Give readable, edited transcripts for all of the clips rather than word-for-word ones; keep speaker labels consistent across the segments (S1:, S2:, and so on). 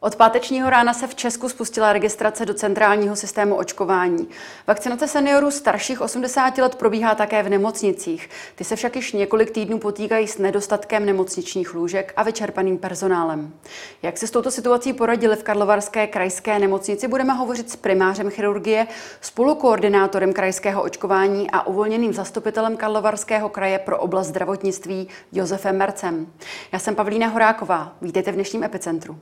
S1: Od pátečního rána se v Česku spustila registrace do centrálního systému očkování. Vakcinace seniorů starších 80 let probíhá také v nemocnicích. Ty se však již několik týdnů potýkají s nedostatkem nemocničních lůžek a vyčerpaným personálem. Jak se s touto situací poradili v Karlovarské krajské nemocnici, budeme hovořit s primářem chirurgie, spolukoordinátorem krajského očkování a uvolněným zastupitelem Karlovarského kraje pro oblast zdravotnictví Josefem Mercem. Já jsem Pavlína Horáková. Vítejte v dnešním epicentru.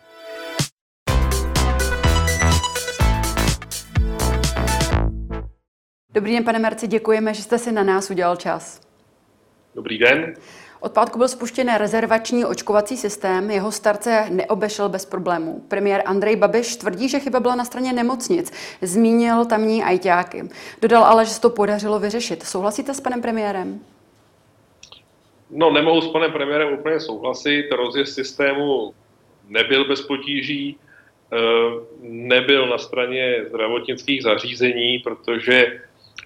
S1: Dobrý den, pane Merci, děkujeme, že jste si na nás udělal čas.
S2: Dobrý den.
S1: Od pátku byl spuštěn rezervační očkovací systém, jeho start se neobešel bez problémů. Premiér Andrej Babiš tvrdí, že chyba byla na straně nemocnic. Zmínil tamní ajťáky. Dodal ale, že se to podařilo vyřešit. Souhlasíte s panem premiérem?
S2: No, nemohu s panem premiérem úplně souhlasit. Rozjezd systému nebyl bez potíží, nebyl na straně zdravotnických zařízení, protože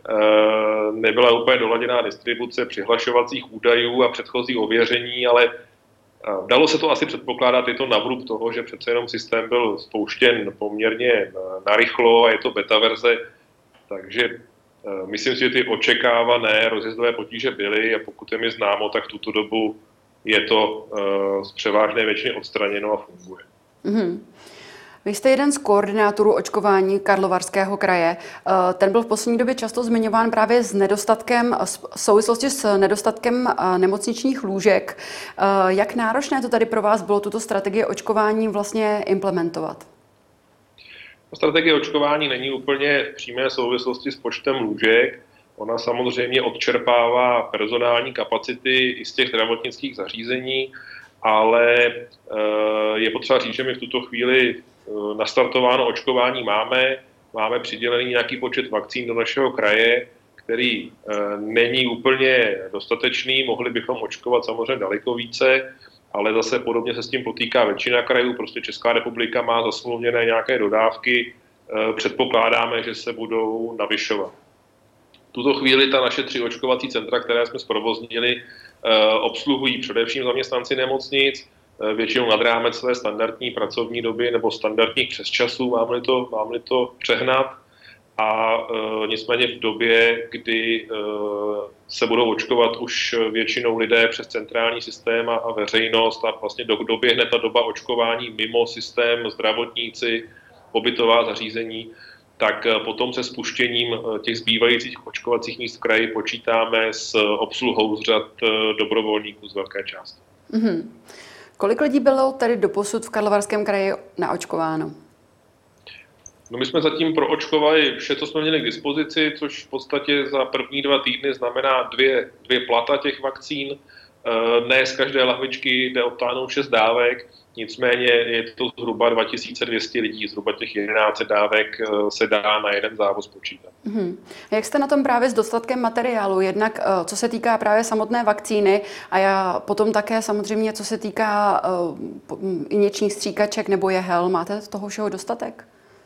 S2: nebyla úplně doladěná distribuce přihlašovacích údajů a předchozí ověření, ale dalo se to asi předpokládat, je to na vrub toho, že přece jenom systém byl spouštěn poměrně narychlo a je to beta verze, takže myslím si, že ty očekávané rozjezdové potíže byly a pokud je mi známo, tak v tuto dobu je to z převážné většiny odstraněno a funguje.
S1: Mm-hmm. Vy jste jeden z koordinátorů očkování Karlovarského kraje. Ten byl v poslední době často zmiňován právě v souvislosti s nedostatkem nemocničních lůžek. Jak náročné to tady pro vás bylo tuto strategii očkování vlastně implementovat?
S2: Strategie očkování není úplně v přímé souvislosti s počtem lůžek. Ona samozřejmě odčerpává personální kapacity i z těch zdravotnických zařízení, ale je potřeba říct, že my v tuto chvíli nastartováno očkování máme přidělený nějaký počet vakcín do našeho kraje, který není úplně dostatečný, mohli bychom očkovat samozřejmě daleko více, ale zase podobně se s tím potýká většina krajů, prostě Česká republika má zasmluvněné nějaké dodávky, předpokládáme, že se budou navyšovat. V tuto chvíli ta naše 3 očkovací centra, které jsme zprovoznili, obsluhují především zaměstnanci nemocnic, většinou nad rámec své standardní pracovní doby nebo standardních přesčasů, mám-li to přehnat. A nicméně v době, kdy se budou očkovat už většinou lidé přes centrální systém a veřejnost a vlastně doběhne ta doba očkování mimo systém, zdravotníci, pobytová zařízení, tak potom se spuštěním těch zbývajících očkovacích míst v kraji počítáme s obsluhou z řad dobrovolníků z velké části.
S1: Mm-hmm. Kolik lidí bylo tady doposud v Karlovarském kraji naočkováno?
S2: No my jsme zatím proočkovali vše, co jsme měli k dispozici, což v podstatě za první 2 týdny znamená dvě plata těch vakcín. Ne z každé lahvičky jde obtáhnout 6 dávek, nicméně je to zhruba 2200 lidí, zhruba těch 11 dávek se dá na jeden závoz počítat.
S1: Jak jste na tom právě s dostatkem materiálu? Jednak co se týká právě samotné vakcíny a potom také samozřejmě, co se týká injekčních stříkaček nebo jehel. Máte toho všeho dostatek?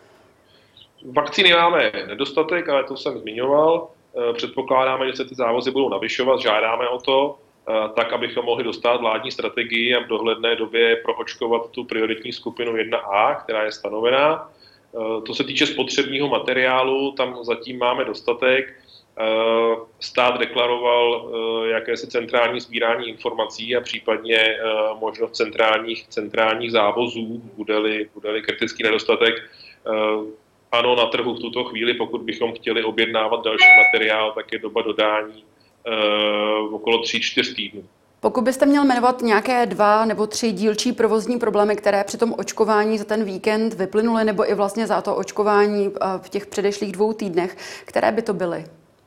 S2: Vakcíny máme nedostatek, ale to jsem zmiňoval. Předpokládáme, že se ty závozy budou navyšovat, žádáme o to, tak, abychom mohli dostat vládní strategii a v dohledné době proočkovat tu prioritní skupinu 1A, která je stanovená. To se týče spotřebního materiálu, tam zatím máme dostatek. Stát deklaroval jakési centrální sbírání informací a případně možnost centrálních závozů, bude-li kritický nedostatek. Ano, na trhu v tuto chvíli, pokud bychom chtěli objednávat další materiál, tak je doba dodání okolo 3-4 týdnů.
S1: Pokud byste měl jmenovat nějaké 2 nebo 3 dílčí provozní problémy, které při tom očkování za ten víkend vyplynuly, nebo i vlastně za to očkování v těch předešlých 2 týdnech, které by to byly?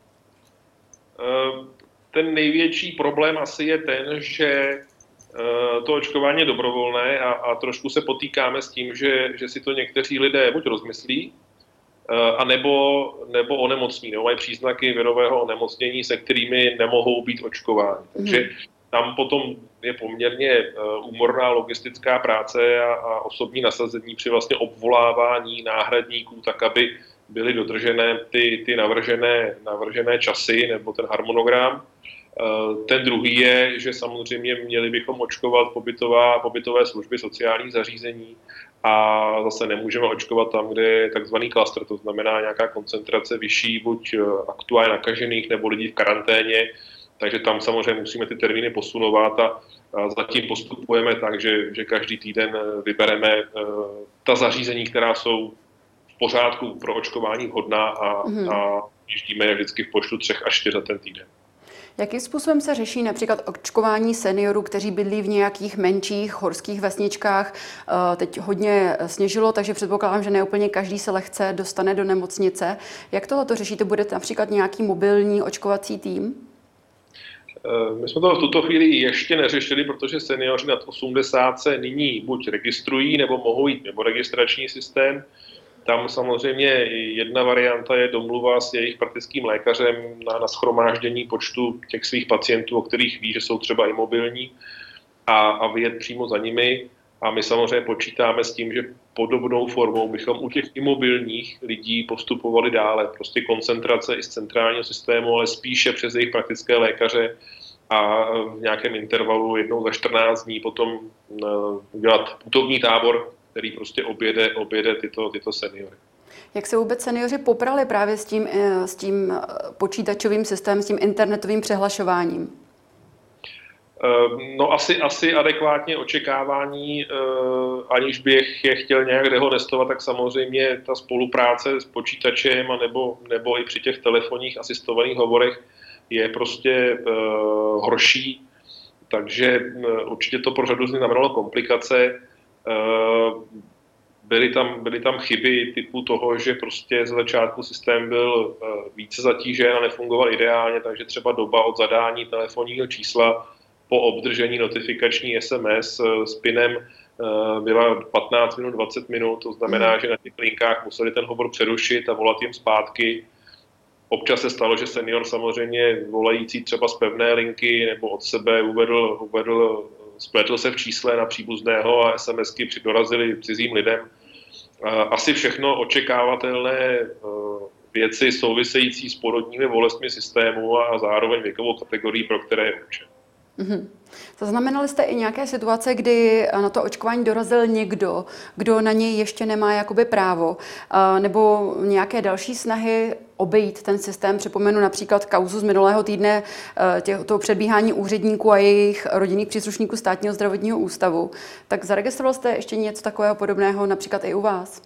S2: Ten největší problém asi je ten, že to očkování je dobrovolné a trošku se potýkáme s tím, že si to někteří lidé buď rozmyslí, a nebo onemocní, nebo mají příznaky virového onemocnění, se kterými nemohou být očkováni. Takže tam potom je poměrně úmorná logistická práce a osobní nasazení při vlastně obvolávání náhradníků, tak aby byly dodržené ty navržené časy nebo ten harmonogram. Ten druhý je, že samozřejmě měli bychom očkovat pobytové služby, sociální zařízení a zase nemůžeme očkovat tam, kde je takzvaný klastr, to znamená nějaká koncentrace vyšší buď aktuálně nakažených nebo lidí v karanténě, takže tam samozřejmě musíme ty termíny posunovat a zatím postupujeme tak, že každý týden vybereme ta zařízení, která jsou v pořádku pro očkování vhodná a jíždíme je vždycky v počtu 3 až 4 za ten týden.
S1: Jakým způsobem se řeší například očkování seniorů, kteří bydlí v nějakých menších horských vesničkách? Teď hodně sněžilo, takže předpokládám, že neúplně každý se lehce dostane do nemocnice. Jak tohleto řešíte? Bude například nějaký mobilní očkovací tým?
S2: My jsme to v tuto chvíli ještě neřešili, protože seniori nad 80 se nyní buď registrují, nebo mohou jít mimo registrační systém. Tam samozřejmě jedna varianta je domluva s jejich praktickým lékařem na shromáždění počtu těch svých pacientů, o kterých ví, že jsou třeba imobilní a vyjet přímo za nimi. A my samozřejmě počítáme s tím, že podobnou formou bychom u těch imobilních lidí postupovali dále. Prostě koncentrace i z centrálního systému, ale spíše přes jejich praktické lékaře a v nějakém intervalu jednou za 14 dní potom udělat putovní tábor, který prostě objede tyto seniory.
S1: Jak se vůbec seniori poprali právě s tím počítačovým systémem, s tím internetovým přehlašováním?
S2: No asi adekvátně očekávání, aniž bych je chtěl nějak dehonestovat, tak samozřejmě ta spolupráce s počítačem nebo i při těch telefonních asistovaných hovorech je prostě horší, takže určitě to pro řadu z nich znamenalo komplikace. Byly tam chyby typu toho, že prostě ze začátku systém byl více zatížen a nefungoval ideálně, takže třeba doba od zadání telefonního čísla po obdržení notifikační SMS s PINem byla 15 minut, 20 minut, to znamená, že na těch linkách museli ten hovor přerušit a volat jim zpátky. Občas se stalo, že senior samozřejmě volající třeba z pevné linky nebo od sebe spletl se v čísle na příbuzného a SMSky dorazily cizím lidem. Asi všechno očekávatelné věci související s porodními bolestmi systému a zároveň věkovou kategorii, pro které je určen.
S1: Zaznamenali jste i nějaké situace, kdy na to očkování dorazil někdo, kdo na něj ještě nemá jakoby právo, nebo nějaké další snahy obejít ten systém? Připomenu například kauzu z minulého týdne toho předbíhání úředníků a jejich rodinných příslušníků Státního zdravotního ústavu. Tak zaregistroval jste ještě něco takového podobného například i u vás?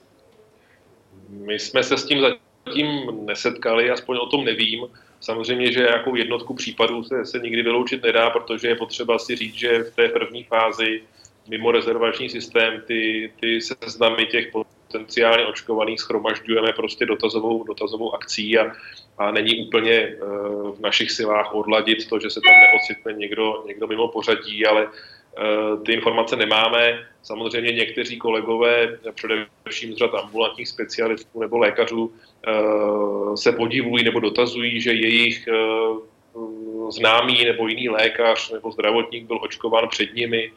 S2: My jsme se s tím zatím nesetkali, aspoň o tom nevím. Samozřejmě, že jakou jednotku případů se nikdy vyloučit nedá, protože je potřeba si říct, že v té první fázi mimo rezervační systém ty seznamy těch potenciálně očkovaných shromažďujeme prostě dotazovou akcí a není úplně v našich silách odladit to, že se tam neocitne někdo mimo pořadí, ale ty informace nemáme. Samozřejmě někteří kolegové, především z řad ambulantních specialistů nebo lékařů, se podivují nebo dotazují, že jejich známý nebo jiný lékař nebo zdravotník byl očkován před nimi,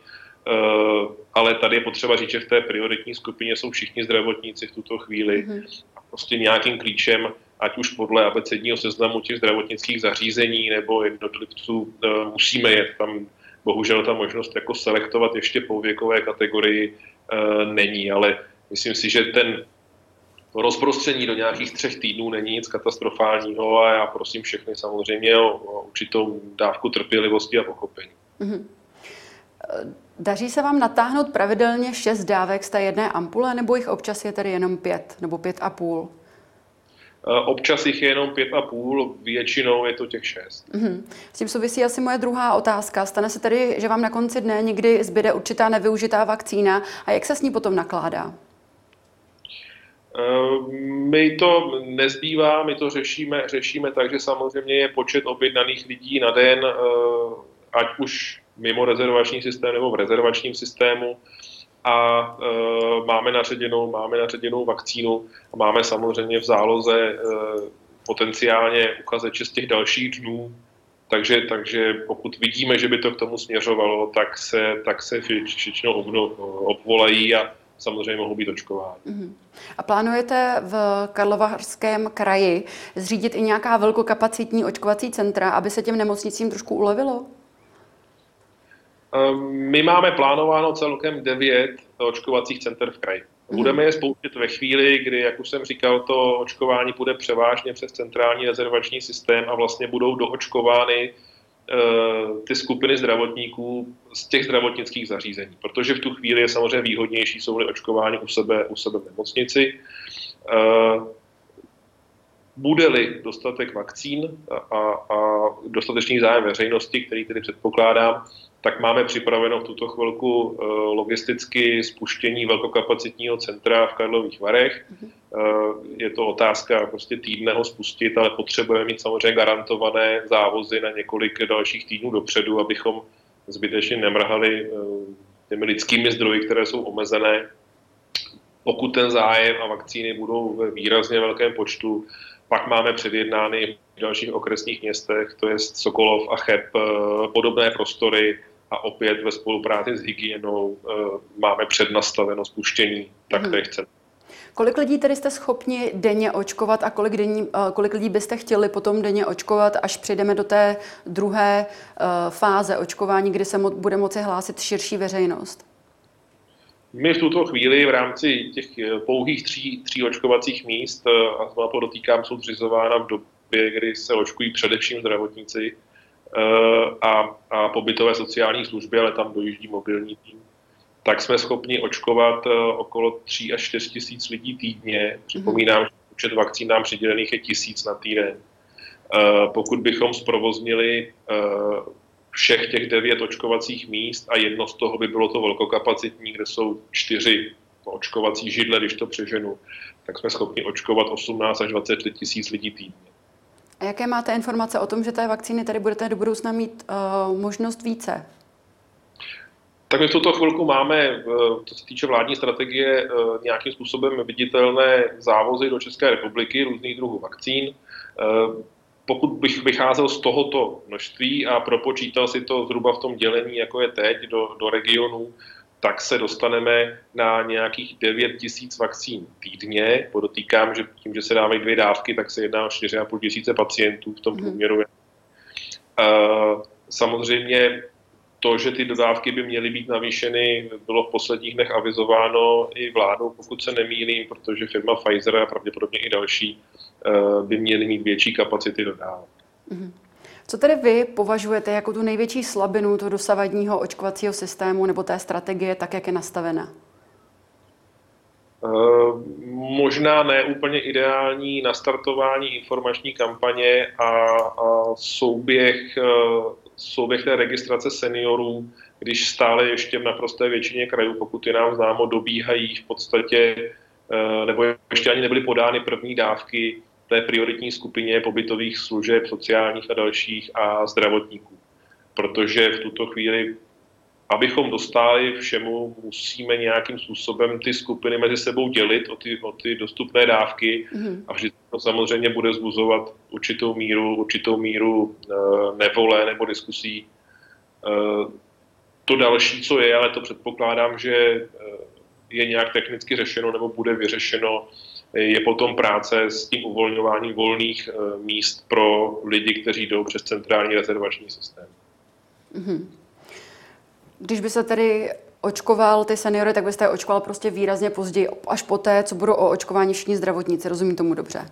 S2: ale tady je potřeba říct, že v té prioritní skupině jsou všichni zdravotníci v tuto chvíli. Prostě nějakým klíčem, ať už podle abecedního seznamu těch zdravotnických zařízení nebo jednotlivců, musíme jet tam. Bohužel ta možnost jako selektovat ještě po věkové kategorii není, ale myslím si, že ten rozprostření do nějakých 3 týdnů není nic katastrofálního a já prosím všechny samozřejmě o určitou dávku trpělivosti a pochopení.
S1: Daří se vám natáhnout pravidelně 6 dávek z té jedné ampule, nebo jich občas je tedy jenom 5 nebo 5,5?
S2: Občas jich je jenom 5,5, většinou je to těch 6.
S1: S tím souvisí asi moje druhá otázka. Stane se tedy, že vám na konci dne někdy zbyde určitá nevyužitá vakcína a jak se s ní potom nakládá?
S2: My to nezbývá, my to řešíme tak, že samozřejmě je počet objednaných lidí na den, ať už mimo rezervační systém nebo v rezervačním systému, a máme naředěnou vakcínu a máme samozřejmě v záloze potenciálně uchazeče z těch dalších dnů, takže pokud vidíme, že by to k tomu směřovalo, tak se většinou obvolají a samozřejmě mohou být očkováni.
S1: A plánujete v Karlovarském kraji zřídit i nějaká velkokapacitní očkovací centra, aby se těm nemocnicím trošku ulevilo?
S2: My máme plánováno celkem 9 očkovacích center v kraji. Budeme je spouštět ve chvíli, kdy, jak už jsem říkal, to očkování bude převážně přes centrální rezervační systém a vlastně budou doočkovány ty skupiny zdravotníků z těch zdravotnických zařízení. Protože v tu chvíli je samozřejmě výhodnější, jsou-li očkování u sebe v nemocnici. Bude-li dostatek vakcín a dostatečný zájem veřejnosti, který tedy předpokládám, tak máme připraveno v tuto chvilku logisticky spuštění velkokapacitního centra v Karlových Varech. Je to otázka prostě týdne ho spustit, ale potřebujeme mít samozřejmě garantované závozy na několik dalších týdnů dopředu, abychom zbytečně nemrhali těmi lidskými zdroji, které jsou omezené. Pokud ten zájem a vakcíny budou ve výrazně velkém počtu, pak máme předjednány v dalších okresních městech, to je Sokolov a Cheb, podobné prostory a opět ve spolupráci s hygienou máme přednastaveno spuštění taktéž center.
S1: Kolik lidí tedy jste schopni denně očkovat a kolik lidí byste chtěli potom denně očkovat, až přejdeme do té druhé fáze očkování, kdy se bude moci hlásit širší veřejnost?
S2: My v tuto chvíli v rámci těch pouhých tří očkovacích míst, a znovu podotýkám, jsou zřizována v době, kdy se očkují především zdravotníci a pobytové sociální služby, ale tam dojíždí mobilní tým, tak jsme schopni očkovat okolo 3 až 4 tisíc lidí týdně. Připomínám, že počet vakcín nám přidělených je 1000 na týden. Pokud bychom zprovoznili všech těch 9 očkovacích míst a jedno z toho by bylo to velkokapacitní, kde jsou 4 očkovací židle, když to přeženu, tak jsme schopni očkovat 18 až 20 tisíc lidí týdně.
S1: A jaké máte informace o tom, že té vakcíny tady budete do budoucna mít možnost více?
S2: Tak my v tuto chvilku máme, co se týče vládní strategie, nějakým způsobem viditelné závozy do České republiky různých druhů vakcín. Pokud bych vycházel z tohoto množství a propočítal si to zhruba v tom dělení, jako je teď, do regionů, tak se dostaneme na nějakých 9 tisíc vakcín týdně. Podotýkám, že tím, že se dávají 2 dávky, tak se jedná o 4,5 tisíce pacientů v tom průměru. Samozřejmě to, že ty dodávky by měly být navýšeny, bylo v posledních dnech avizováno i vládou, pokud se nemýlím, protože firma Pfizer a pravděpodobně i další by měly mít větší kapacity dodávek.
S1: Co tedy vy považujete jako tu největší slabinu toho dosavadního očkovacího systému nebo té strategie, tak jak je nastavena?
S2: Možná ne úplně ideální nastartování informační kampaně a souběh té registrace seniorů, když stále ještě v naprosté většině krajů, pokud je nám známo, dobíhají v podstatě, nebo ještě ani nebyly podány první dávky té prioritní skupině pobytových služeb, sociálních a dalších a zdravotníků. Protože v tuto chvíli, abychom dostali všemu, musíme nějakým způsobem ty skupiny mezi sebou dělit o ty dostupné dávky a vždy to samozřejmě bude vzbuzovat určitou míru nevole nebo diskusí. To další, co je, ale to předpokládám, že je nějak technicky řešeno nebo bude vyřešeno, je potom práce s tím uvolňováním volných míst pro lidi, kteří jdou přes centrální rezervační systém.
S1: Když by se tedy očkoval ty seniory, tak byste je očkoval prostě výrazně později, až poté, co budou o očkování všichni zdravotníci. Rozumím tomu dobře?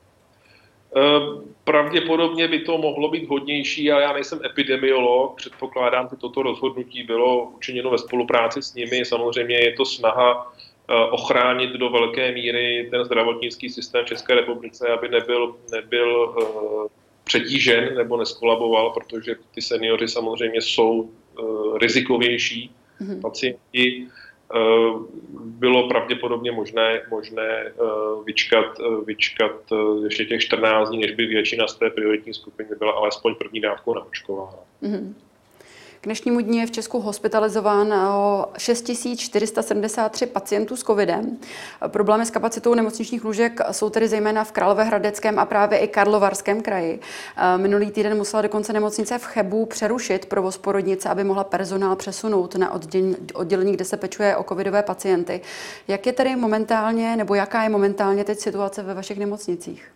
S2: Pravděpodobně by to mohlo být vhodnější, ale já nejsem epidemiolog. Předpokládám, že toto rozhodnutí bylo učiněno ve spolupráci s nimi. Samozřejmě je to snaha ochránit do velké míry ten zdravotnický systém v České republice, aby nebyl přetížen nebo neskolaboval, protože ty seniori samozřejmě jsou rizikovější pacienti. Bylo pravděpodobně možné vyčkat ještě těch 14 dní, než by většina z té prioritní skupiny byla alespoň první dávkou naočkována.
S1: K dnešnímu dni je v Česku hospitalizováno 6 473 pacientů s covidem. Problémy s kapacitou nemocničních lůžek jsou tedy zejména v Královéhradeckém a právě i Karlovarském kraji. Minulý týden musela dokonce nemocnice v Chebu přerušit provoz porodnice, aby mohla personál přesunout na oddělení, kde se pečuje o covidové pacienty. Jak je tedy momentálně, nebo jaká je momentálně teď situace ve vašich nemocnicích?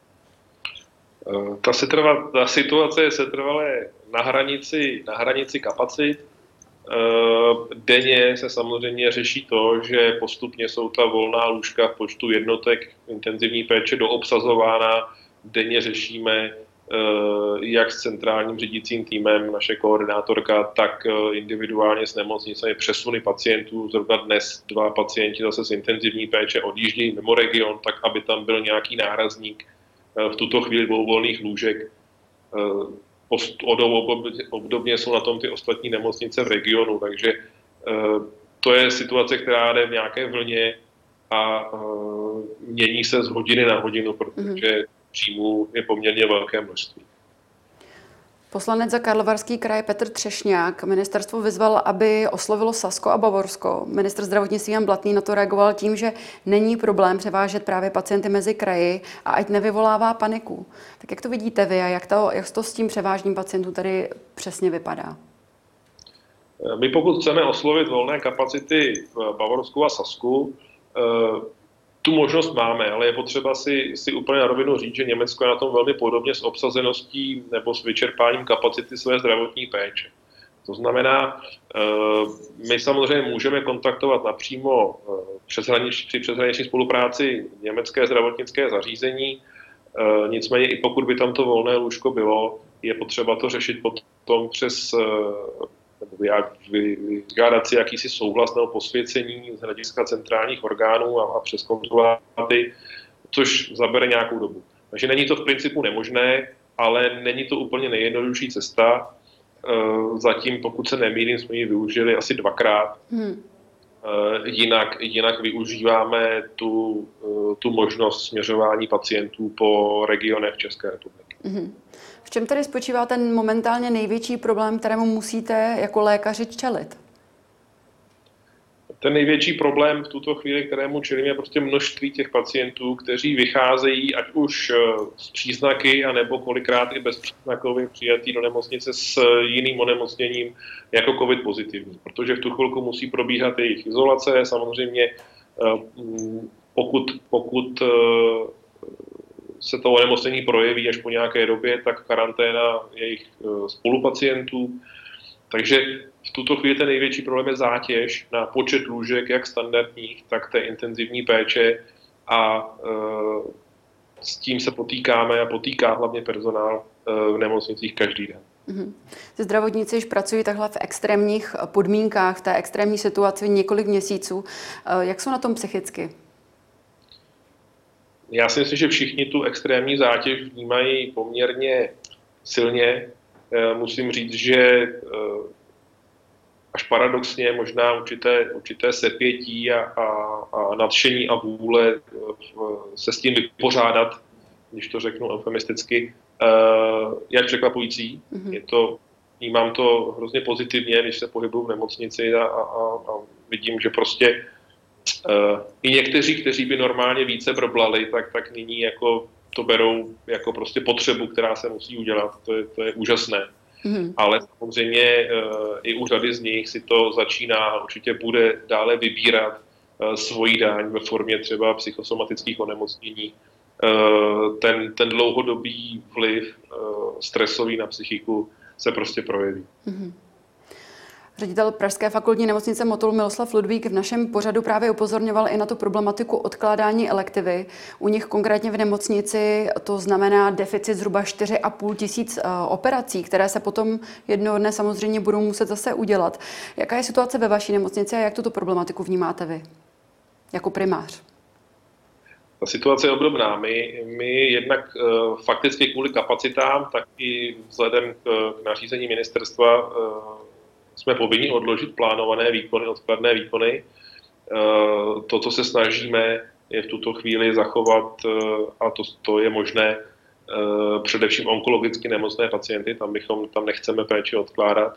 S2: Ta situace je setrvalé na hranici kapacit. Denně se samozřejmě řeší to, že postupně jsou ta volná lůžka v počtu jednotek intenzivní péče doobsazována. Denně řešíme jak s centrálním řídícím týmem, naše koordinátorka, tak individuálně s nemocnicemi přesuny pacientů. Zrovna dnes 2 pacienti zase z intenzivní péče odjíždějí mimo region, tak aby tam byl nějaký nárazník. V tuto chvíli 2 volných lůžek. Obdobně jsou na tom ty ostatní nemocnice v regionu, takže to je situace, která jde v nějaké vlně a mění se z hodiny na hodinu, protože příjmů je poměrně velké množství.
S1: Poslanec za Karlovarský kraj Petr Třešňák ministerstvo vyzval, aby oslovilo Sasko a Bavorsko. Ministr zdravotnictví Jan Blatný na to reagoval tím, že není problém převážet právě pacienty mezi kraji a ať nevyvolává paniku. Tak jak to vidíte vy a jak to s tím převážením pacientů tady přesně vypadá?
S2: My pokud chceme oslovit volné kapacity v Bavorsku a Sasku, tu možnost máme, ale je potřeba si úplně na rovinu říct, že Německo je na tom velmi podobně s obsazeností nebo s vyčerpáním kapacity své zdravotní péče. To znamená, my samozřejmě můžeme kontaktovat napřímo při přeshraniční spolupráci německé zdravotnické zařízení, nicméně i pokud by tam to volné lůžko bylo, je potřeba to řešit potom přes vyžádat si jakýsi souhlas nebo posvěcení z hlediska centrálních orgánů a přes konzulaty, což zabere nějakou dobu. Takže není to v principu nemožné, ale není to úplně nejjednodušší cesta. Zatím, pokud se nemýlím, jsme ji využili asi 2krát. Jinak využíváme tu možnost směřování pacientů po regionech České republiky.
S1: V čem tedy spočívá ten momentálně největší problém, kterému musíte jako lékaři čelit?
S2: Ten největší problém v tuto chvíli, kterému čelíme, je prostě množství těch pacientů, kteří vycházejí ať už s příznaky, anebo kolikrát i bezpříznakově přijatí do nemocnice s jiným onemocněním jako COVID pozitivní. Protože v tu chvilku musí probíhat jejich izolace. Samozřejmě pokud se to onemocnění projeví až po nějaké době, tak karanténa jejich spolupacientů. Takže v tuto chvíli ten největší problém je zátěž na počet lůžek, jak standardních, tak té intenzivní péče a s tím se potýkáme a potýká hlavně personál v nemocnicích každý den.
S1: Ty zdravotníci již pracují takhle v extrémních podmínkách, v té extrémní situaci několik měsíců. Jak jsou na tom psychicky?
S2: Já si myslím, že všichni tu extrémní zátěž vnímají poměrně silně. Musím říct, že až paradoxně možná určité sepětí a nadšení a vůle se s tím vypořádat, když to řeknu eufemisticky, je překvapující. Vnímám to hrozně pozitivně, když se pohybuju v nemocnici a vidím, že prostě i někteří, kteří by normálně více brblali, tak nyní jako to berou jako prostě potřebu, která se musí udělat. To je úžasné. Ale samozřejmě i u řady z nich si to začíná a určitě bude dále vybírat svoji daň ve formě třeba psychosomatických onemocnění. Ten dlouhodobý vliv stresový na psychiku se prostě projeví.
S1: Ředitel Pražské fakultní nemocnice Motol Miloslav Ludvík v našem pořadu právě upozorňoval i na tu problematiku odkládání elektivy. U nich konkrétně v nemocnici to znamená deficit zhruba 4,5 tisíc operací, které se potom jednoho dne samozřejmě budou muset zase udělat. Jaká je situace ve vaší nemocnici a jak tuto problematiku vnímáte vy jako primář?
S2: Ta situace je obdobná. My jednak fakticky kvůli kapacitám, tak i vzhledem k nařízení ministerstva jsme povinni odložit plánované výkony, odkladné výkony. To, co se snažíme, je v tuto chvíli zachovat, a to je možné, především onkologicky nemocné pacienty, tam nechceme péči odkládat.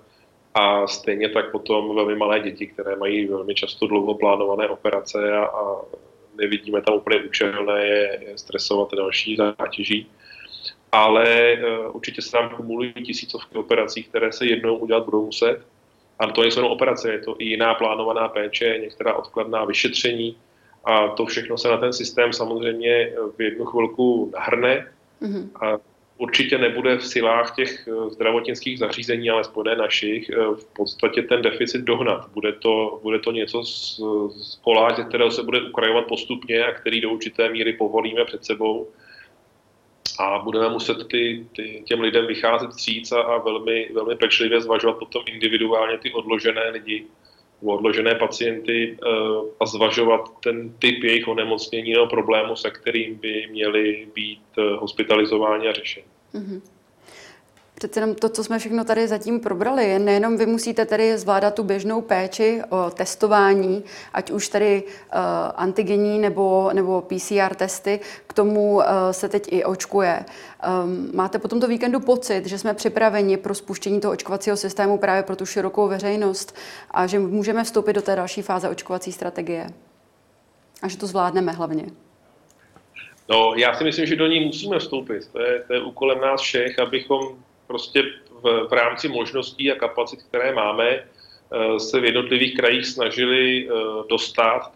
S2: A stejně tak potom velmi malé děti, které mají velmi často dlouho plánované operace a nevidíme tam úplně účelné je stresovat další zátěží. Ale určitě se tam kumulují tisícovky operací, které se jednou udělat budou muset. A to nejsou jenom operace, je to i jiná plánovaná péče, některá odkladná vyšetření. A to všechno se na ten systém samozřejmě v jednu chvilku nahrne. A určitě nebude v silách těch zdravotnických zařízení, alespoň ne našich, v podstatě ten deficit dohnat. Bude to něco z kola, ze kterého se bude ukrajovat postupně a který do určité míry povolíme před sebou. A budeme muset těm lidem vycházet vstříc a velmi, velmi pečlivě zvažovat potom individuálně ty odložené lidi, odložené pacienty a zvažovat ten typ jejich onemocnění nebo problému, se kterým by měli být hospitalizováni a řešeni.
S1: Přece jenom to, co jsme všechno tady zatím probrali, nejenom vy musíte tedy zvládat tu běžnou péči o testování, ať už tady antigenní nebo PCR testy, k tomu se teď i očkuje. Máte po tomto víkendu pocit, že jsme připraveni pro spuštění toho očkovacího systému právě pro tu širokou veřejnost a že můžeme vstoupit do té další fáze očkovací strategie? A že to zvládneme hlavně?
S2: No, já si myslím, že do ní musíme vstoupit. To je úkolem nás všech, abychom prostě v rámci možností a kapacit, které máme, se v jednotlivých krajích snažili dostat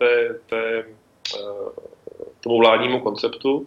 S2: tomu vládnímu konceptu.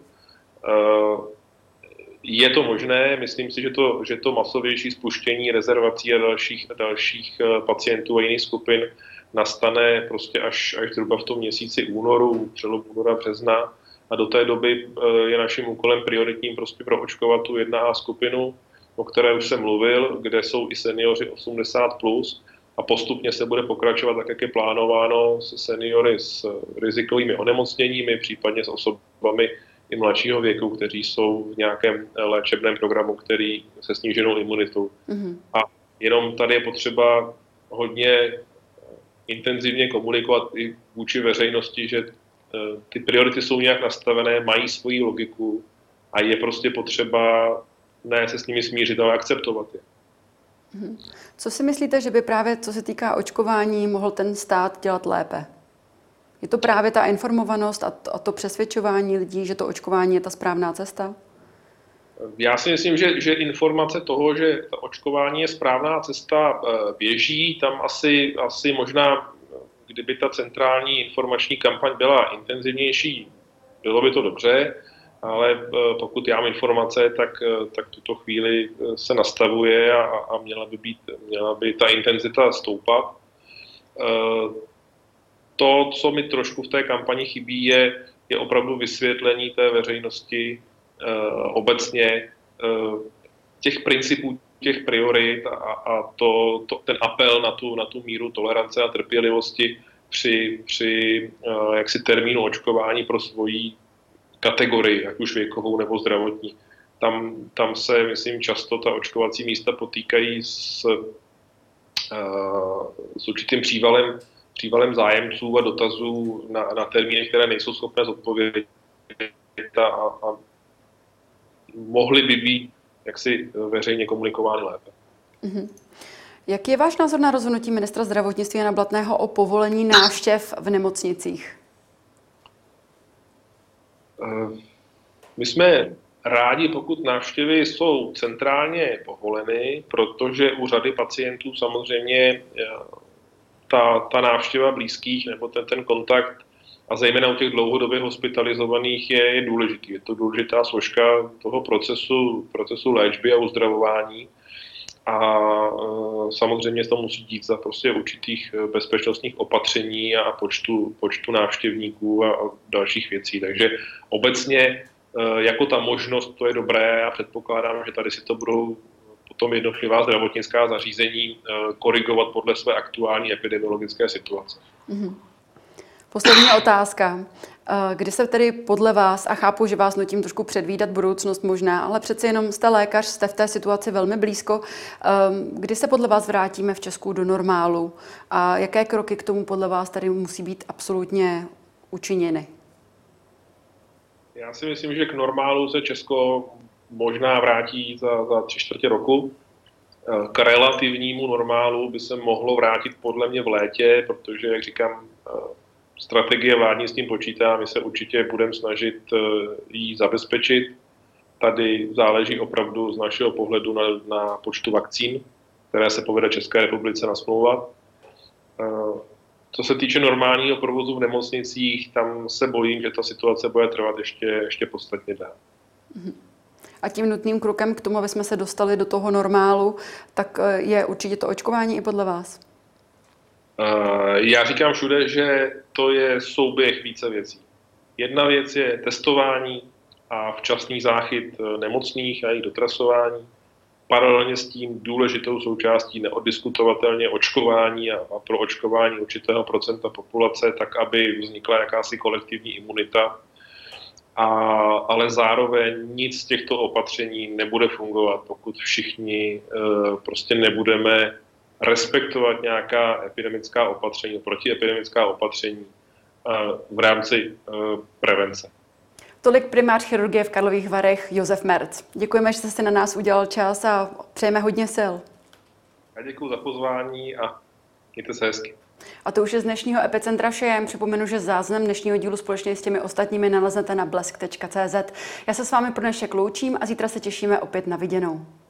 S2: Je to možné, myslím si, že to masovější spuštění rezervací a dalších pacientů a jiných skupin nastane prostě až zhruba v tom měsíci únoru, přelom února, března. A do té doby je naším úkolem prioritním prostě proočkovat tu 1A skupinu, o které už jsem mluvil, kde jsou i seniori 80+, a postupně se bude pokračovat tak, jak je plánováno, se seniory s rizikovými onemocněními, případně s osobami i mladšího věku, kteří jsou v nějakém léčebném programu, který se sníženou imunitou. A jenom tady je potřeba hodně intenzivně komunikovat i vůči veřejnosti, že ty priority jsou nějak nastavené, mají svoji logiku a je prostě potřeba ne se s nimi smířit, ale akceptovat je.
S1: Co si myslíte, že by právě, co se týká očkování, mohl ten stát dělat lépe? Je to právě ta informovanost a to přesvědčování lidí, že to očkování je ta správná cesta?
S2: Já si myslím, že informace toho, že to očkování je správná cesta, běží. Tam asi možná, kdyby ta centrální informační kampaň byla intenzivnější, bylo by to dobře, ale pokud já mám informace, tak tuto chvíli se nastavuje a měla by ta intenzita stoupat. To, co mi trošku v té kampani chybí, je opravdu vysvětlení té veřejnosti obecně těch principů, těch priorit a ten apel na tu míru tolerance a trpělivosti při jaksi termínu očkování pro svoji kategorii, ať už věkovou nebo zdravotní. Tam se, myslím, často ta očkovací místa potýkají s určitým přívalem zájemců a dotazů na termíny, které nejsou schopné zodpovědět a mohly by být jaksi veřejně komunikovány lépe.
S1: Jaký je váš názor na rozhodnutí ministra zdravotnictví Jana Blatného o povolení návštěv v nemocnicích?
S2: My jsme rádi, pokud návštěvy jsou centrálně povoleny, protože u řady pacientů samozřejmě ta návštěva blízkých nebo ten kontakt a zejména u těch dlouhodobě hospitalizovaných je důležitý. Je to důležitá složka toho procesu léčby a uzdravování. A samozřejmě se to musí dít za prostě určitých bezpečnostních opatření a počtu návštěvníků a dalších věcí. Takže obecně jako ta možnost, to je dobré a předpokládám, že tady si to budou potom jednotlivá zdravotnická zařízení korigovat podle své aktuální epidemiologické situace.
S1: Poslední otázka. Kdy se tedy podle vás, a chápu, že vás nutím trošku předvídat budoucnost možná, ale přece jenom jste lékař, jste v té situaci velmi blízko, kdy se podle vás vrátíme v Česku do normálu a jaké kroky k tomu podle vás tady musí být absolutně učiněny?
S2: Já si myslím, že k normálu se Česko možná vrátí za 3/4 roku. K relativnímu normálu by se mohlo vrátit podle mě v létě, protože, jak říkám, strategie vládní s tím počítá, my se určitě budeme snažit ji zabezpečit. Tady záleží opravdu z našeho pohledu na počtu vakcín, které se povede České republice nasmlouvat. Co se týče normálního provozu v nemocnicích, tam se bojím, že ta situace bude trvat ještě podstatně dál.
S1: A tím nutným krokem k tomu, aby jsme se dostali do toho normálu, tak je určitě to očkování i podle vás?
S2: Já říkám všude, že to je souběh více věcí. Jedna věc je testování a včasný záchyt nemocných a jejich dotrasování. Paralelně s tím důležitou součástí neoddiskutovatelně očkování a pro očkování určitého procenta populace, tak aby vznikla jakási kolektivní imunita. Ale zároveň nic z těchto opatření nebude fungovat, pokud všichni prostě nebudeme respektovat nějaká epidemická opatření, protiepidemická opatření v rámci prevence.
S1: Tolik primář chirurgie v Karlových Varech Josef Merc. Děkujeme, že jste si na nás udělal čas a přejeme hodně sil.
S2: Já děkuji za pozvání a mějte se hezky.
S1: A to už je z dnešního Epicentra vše. Já jen připomenu, že záznam dnešního dílu společně s těmi ostatními naleznete na blesk.cz. Já se s vámi pro dnešek loučím a zítra se těšíme opět na viděnou.